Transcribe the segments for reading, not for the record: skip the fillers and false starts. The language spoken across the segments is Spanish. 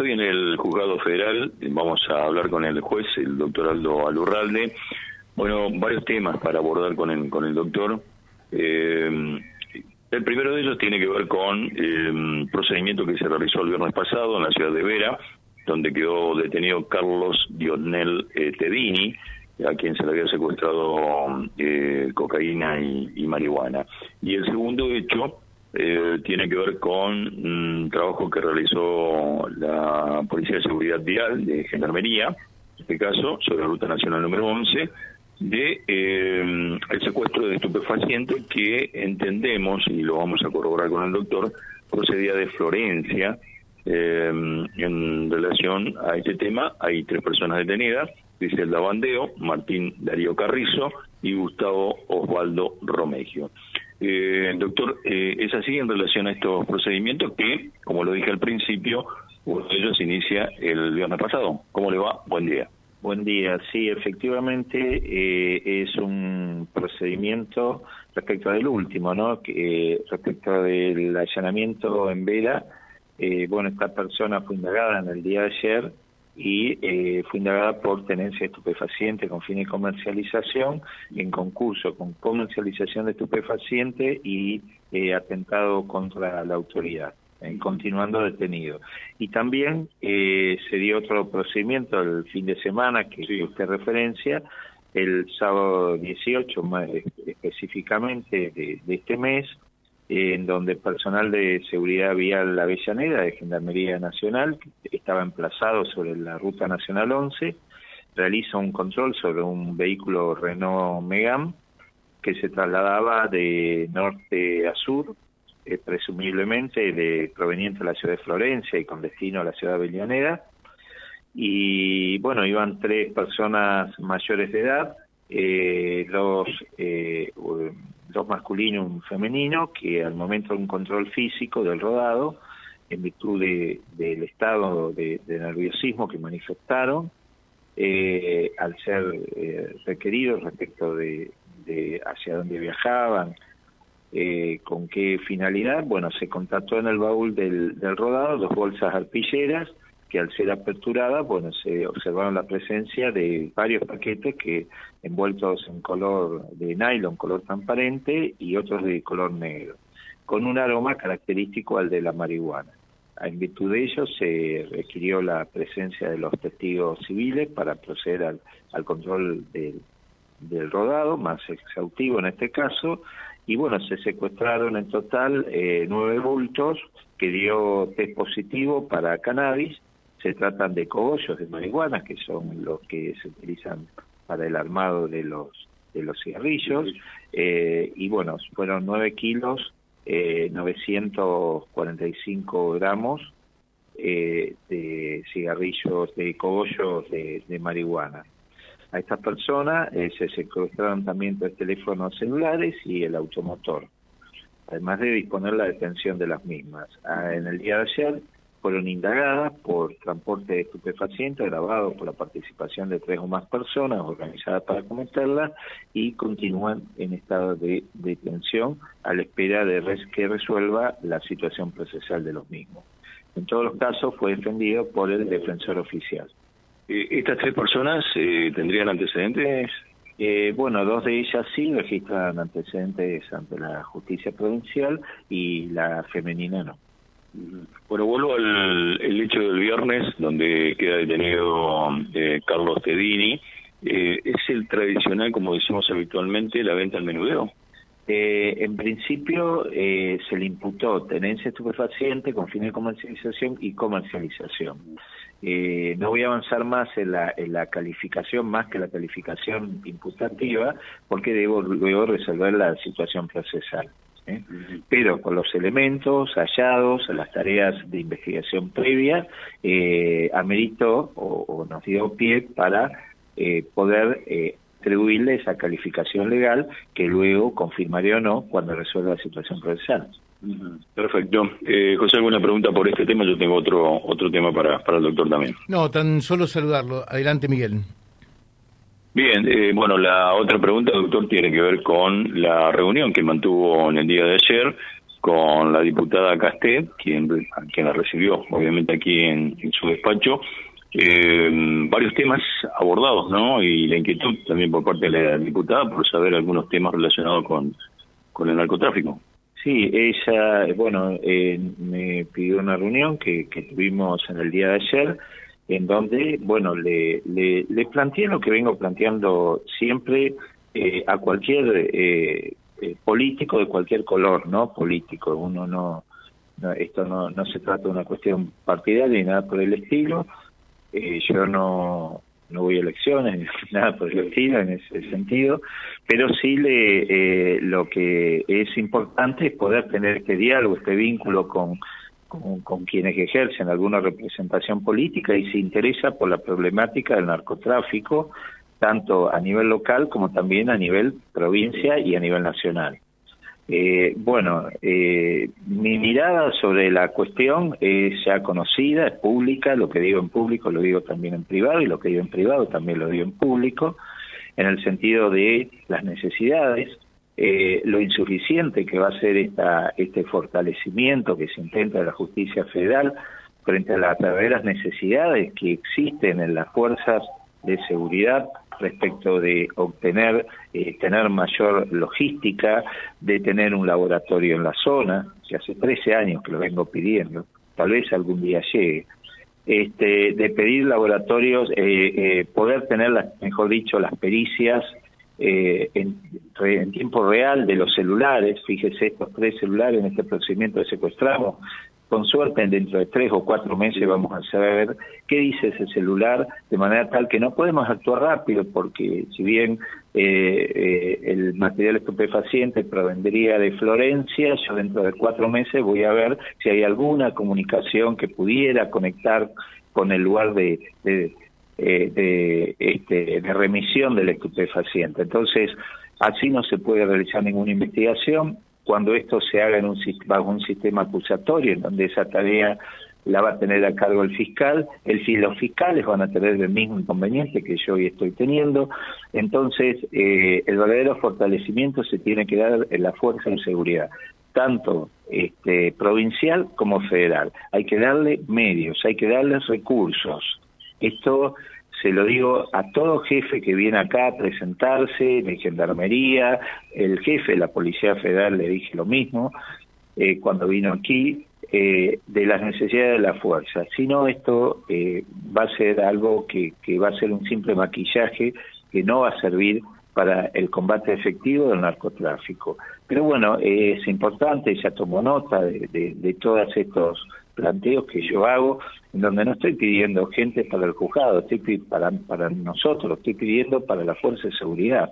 hoy en el Juzgado Federal vamos a hablar con el juez, el doctor Aldo Alurralde. Bueno, varios temas para abordar con el doctor. El primero de ellos tiene que ver con el procedimiento que se realizó el viernes pasado en la ciudad de Vera, donde quedó detenido Carlos Dionel Tedini, a quien se le había secuestrado cocaína y marihuana. Y el segundo hecho tiene que ver con un trabajo que realizó la Policía de Seguridad Vial de Gendarmería, en este caso, sobre la Ruta Nacional número 11, de el secuestro de estupefacientes que entendemos, y lo vamos a corroborar con el doctor, procedía de Florencia. En relación a este tema hay 3 personas detenidas: Griselda Bandeo, Martín Darío Carrizo y Gustavo Osvaldo Romegio. Doctor, es así en relación a estos procedimientos que, como lo dije al principio, uno de ellos se inicia el viernes pasado. ¿Cómo le va? Buen día. Buen día. Sí, efectivamente es un procedimiento respecto del último, ¿no? Respecto del allanamiento en Vera. Bueno, esta persona fue indagada en el día de ayer y fue indagada por tenencia de estupefaciente con fin de comercialización, en concurso con comercialización de estupefaciente y atentado contra la autoridad, continuando detenido. Y también se dio otro procedimiento el fin de semana que usted referencia, el sábado 18, más específicamente de este mes, en donde personal de seguridad vial Avellaneda de Gendarmería Nacional, que estaba emplazado sobre la Ruta Nacional 11, realiza un control sobre un vehículo Renault Megane que se trasladaba de norte a sur, presumiblemente proveniente de la ciudad de Florencia y con destino a la ciudad de Avellaneda. Y bueno, iban 3 personas mayores de edad, dos masculinos y un femenino, que al momento de un control físico del rodado, en virtud del estado de nerviosismo que manifestaron, al ser requeridos respecto de hacia dónde viajaban, con qué finalidad, bueno, se constató en el baúl del rodado 2 bolsas arpilleras que al ser aperturadas, bueno, se observaron la presencia de varios paquetes que envueltos en color de nylon, color transparente, y otros de color negro, con un aroma característico al de la marihuana. En virtud de ello se requirió la presencia de los testigos civiles para proceder al control del rodado, más exhaustivo en este caso, y bueno, se secuestraron en total 9 bultos que dio test positivo para cannabis. Se tratan de cogollos de marihuana, que son los que se utilizan para el armado de los cigarrillos, y bueno, fueron 9 kilos, 945 gramos de cigarrillos, de cogollos de marihuana. A estas personas se secuestraron también 3 teléfonos celulares y el automotor, además de disponer la detención de las mismas. En el día de ayer fueron indagadas por transporte de estupefacientes agravado por la participación de 3 o más personas organizadas para cometerlas, y continúan en estado de detención a la espera de que resuelva la situación procesal de los mismos. En todos los casos fue defendido por el defensor oficial. ¿Estas 3 personas tendrían antecedentes? Bueno, 2 de ellas sí registran antecedentes ante la justicia provincial y la femenina no. Bueno, vuelvo al hecho del viernes, donde queda detenido Carlos Tedini. ¿Es el tradicional, como decimos habitualmente, la venta al menudeo? En principio se le imputó tenencia estupefaciente con fin de comercialización y comercialización. No voy a avanzar más en la calificación, más que la calificación imputativa, porque debo luego resolver la situación procesal. Pero con los elementos hallados, las tareas de investigación previa, ameritó o nos dio pie para poder atribuirle esa calificación legal que luego confirmaré o no cuando resuelva la situación procesal. Perfecto. José, ¿alguna pregunta por este tema? Yo tengo otro tema para el doctor también. No, tan solo saludarlo. Adelante, Miguel. Bien, bueno, la otra pregunta, doctor, tiene que ver con la reunión que mantuvo en el día de ayer con la diputada Casté, quien la recibió, obviamente, aquí en su despacho, varios temas abordados, ¿no? Y la inquietud también por parte de la diputada por saber algunos temas relacionados con el narcotráfico. Sí, ella, me pidió una reunión que tuvimos en el día de ayer, en donde, le planteé lo que vengo planteando siempre a cualquier político de cualquier color, ¿no? Político, esto no se trata de una cuestión partidaria ni nada por el estilo. Yo no voy a elecciones, ni nada por el estilo en ese sentido, pero sí lo que es importante es poder tener este diálogo, este vínculo con quienes ejercen alguna representación política y se interesa por la problemática del narcotráfico, tanto a nivel local como también a nivel provincia y a nivel nacional. Mi mirada sobre la cuestión es ya conocida, es pública. Lo que digo en público lo digo también en privado, y lo que digo en privado también lo digo en público, en el sentido de las necesidades, lo insuficiente que va a ser este fortalecimiento que se intenta de la justicia federal frente a las verdaderas necesidades que existen en las fuerzas de seguridad respecto de obtener, tener mayor logística, de tener un laboratorio en la zona, que hace 13 años que lo vengo pidiendo, tal vez algún día llegue, de pedir laboratorios, poder tener, mejor dicho, las pericias en tiempo real de los celulares. Fíjese, estos 3 celulares en este procedimiento de secuestrado, con suerte dentro de 3 o 4 meses vamos a saber qué dice ese celular, de manera tal que no podemos actuar rápido, porque si bien el material estupefaciente provendría de Florencia, yo dentro de 4 meses voy a ver si hay alguna comunicación que pudiera conectar con el lugar de remisión del estupefaciente. Entonces, así no se puede realizar ninguna investigación. Cuando esto se haga bajo un sistema acusatorio, en donde esa tarea la va a tener a cargo el fiscal, los fiscales van a tener el mismo inconveniente que yo hoy estoy teniendo. Entonces, el verdadero fortalecimiento se tiene que dar en la fuerza de seguridad, tanto provincial como federal. Hay que darle medios, hay que darles recursos. Esto se lo digo a todo jefe que viene acá a presentarse, de gendarmería, el jefe de la Policía Federal le dije lo mismo cuando vino aquí, de las necesidades de la fuerza. Si no, esto va a ser algo que va a ser un simple maquillaje que no va a servir para el combate efectivo del narcotráfico. Pero bueno, es importante, ya tomo nota de todos estos planteos que yo hago, en donde no estoy pidiendo gente para el juzgado, estoy para nosotros, estoy pidiendo para la fuerza de seguridad.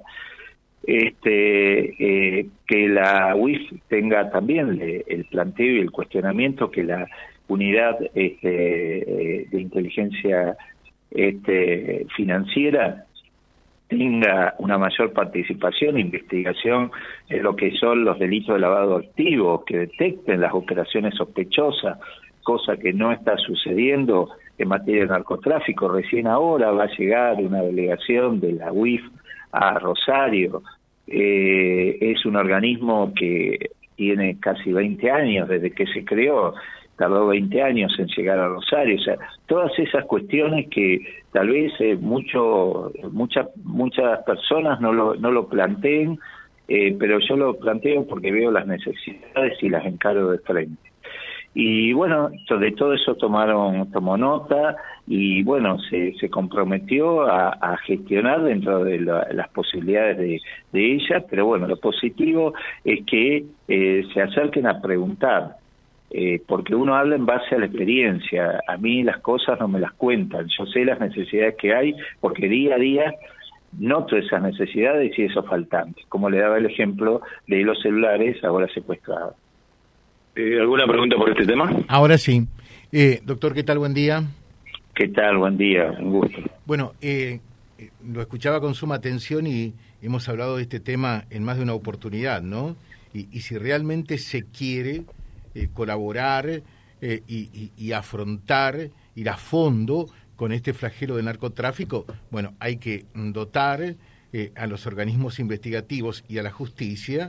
Que la UIF tenga también el planteo y el cuestionamiento que la unidad de inteligencia financiera tenga una mayor participación e investigación en lo que son los delitos de lavado de activos, que detecten las operaciones sospechosas, cosa que no está sucediendo en materia de narcotráfico. Recién ahora va a llegar una delegación de la UIF a Rosario. Es un organismo que tiene casi 20 años desde que se creó, tardó 20 años en llegar a Rosario. O sea, todas esas cuestiones que tal vez muchas personas no lo planteen, pero yo lo planteo porque veo las necesidades y las encaro de frente. Y bueno, de todo eso tomó nota, y bueno, se comprometió a gestionar dentro de las posibilidades de ella. Pero bueno, lo positivo es que se acerquen a preguntar, porque uno habla en base a la experiencia. A mí las cosas no me las cuentan, yo sé las necesidades que hay, porque día a día noto esas necesidades y esos faltantes, como le daba el ejemplo de los celulares ahora secuestrados. ¿Alguna pregunta por este tema? Ahora sí. Doctor, ¿qué tal? Buen día. ¿Qué tal? Buen día, un gusto. Bueno, lo escuchaba con suma atención y hemos hablado de este tema en más de una oportunidad, ¿no? Y si realmente se quiere colaborar y afrontar, ir a fondo con este flagelo de narcotráfico, bueno, hay que dotar a los organismos investigativos y a la justicia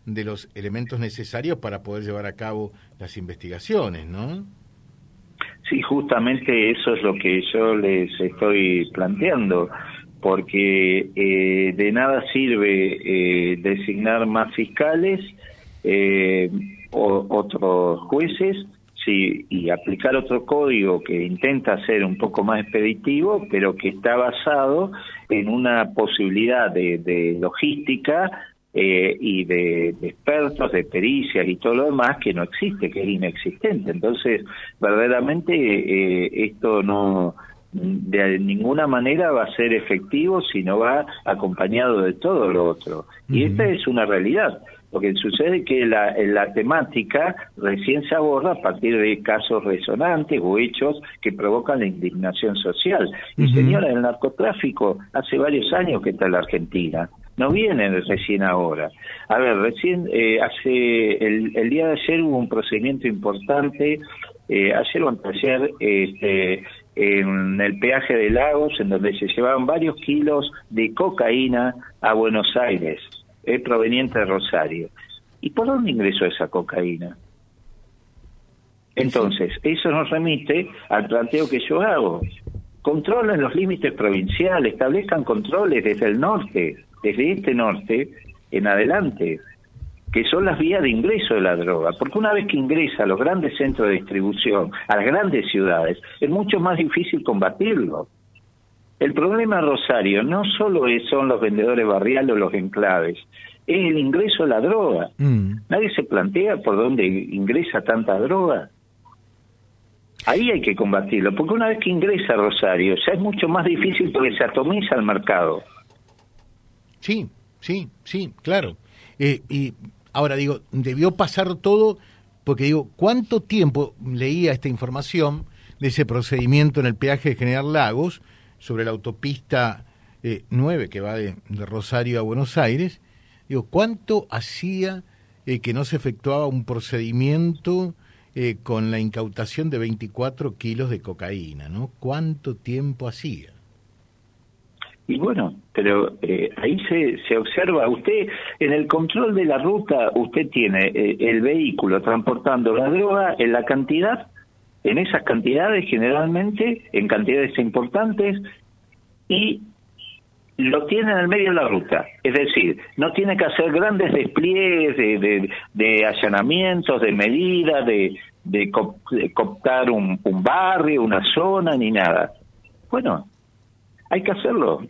de los elementos necesarios para poder llevar a cabo las investigaciones, ¿no? Sí, justamente eso es lo que yo les estoy planteando, porque de nada sirve designar más fiscales o otros jueces y aplicar otro código que intenta ser un poco más expeditivo, pero que está basado en una posibilidad de logística y de expertos, de pericias y todo lo demás que no existe, que es inexistente. Entonces, verdaderamente esto no de ninguna manera va a ser efectivo si no va acompañado de todo lo otro. Y esta es una realidad. Lo que sucede es que la temática recién se aborda a partir de casos resonantes o hechos que provocan la indignación social. Y señora, el narcotráfico hace varios años que está en la Argentina. No viene recién ahora. A ver, recién el día de ayer hubo un procedimiento importante, ayer o anteayer, en el peaje de Lagos, en donde se llevaban varios kilos de cocaína a Buenos Aires, proveniente de Rosario. ¿Y por dónde ingresó esa cocaína? Entonces, eso nos remite al planteo que yo hago. Controlen los límites provinciales, establezcan controles desde el norte, desde este norte en adelante, que son las vías de ingreso de la droga, porque una vez que ingresa a los grandes centros de distribución, a las grandes ciudades, es mucho más difícil combatirlo. El problema de Rosario no solo son los vendedores barriales o los enclaves, es el ingreso de la droga. Nadie se plantea por dónde ingresa tanta droga. Ahí hay que combatirlo, porque una vez que ingresa a Rosario, ya es mucho más difícil porque se atomiza el mercado. Sí, claro. Y ahora digo, debió pasar todo, porque digo, ¿cuánto tiempo leía esta información de ese procedimiento en el peaje de General Lagos sobre la autopista 9 que va de Rosario a Buenos Aires? Digo, ¿cuánto hacía que no se efectuaba un procedimiento con la incautación de 24 kilos de cocaína, ¿no? ¿Cuánto tiempo hacía? Y bueno, pero ahí se observa, usted en el control de la ruta, usted tiene el vehículo transportando la droga en la cantidad, en esas cantidades generalmente, en cantidades importantes, y lo tiene en el medio de la ruta. Es decir, no tiene que hacer grandes despliegues de allanamientos, de medidas, de cooptar un barrio, una zona, ni nada. Bueno, hay que hacerlo.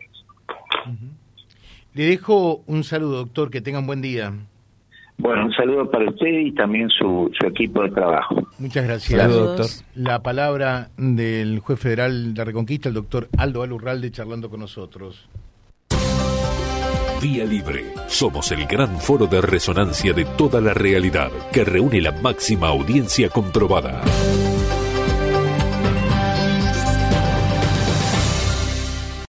Le dejo un saludo, doctor, que tenga un buen día. Bueno, un saludo para usted y también su equipo de trabajo. Muchas gracias. Saludos, doctor. La palabra del juez federal de Reconquista, el doctor Aldo Alurralde, charlando con nosotros. Vía Libre. Somos el gran foro de resonancia de toda la realidad que reúne la máxima audiencia comprobada.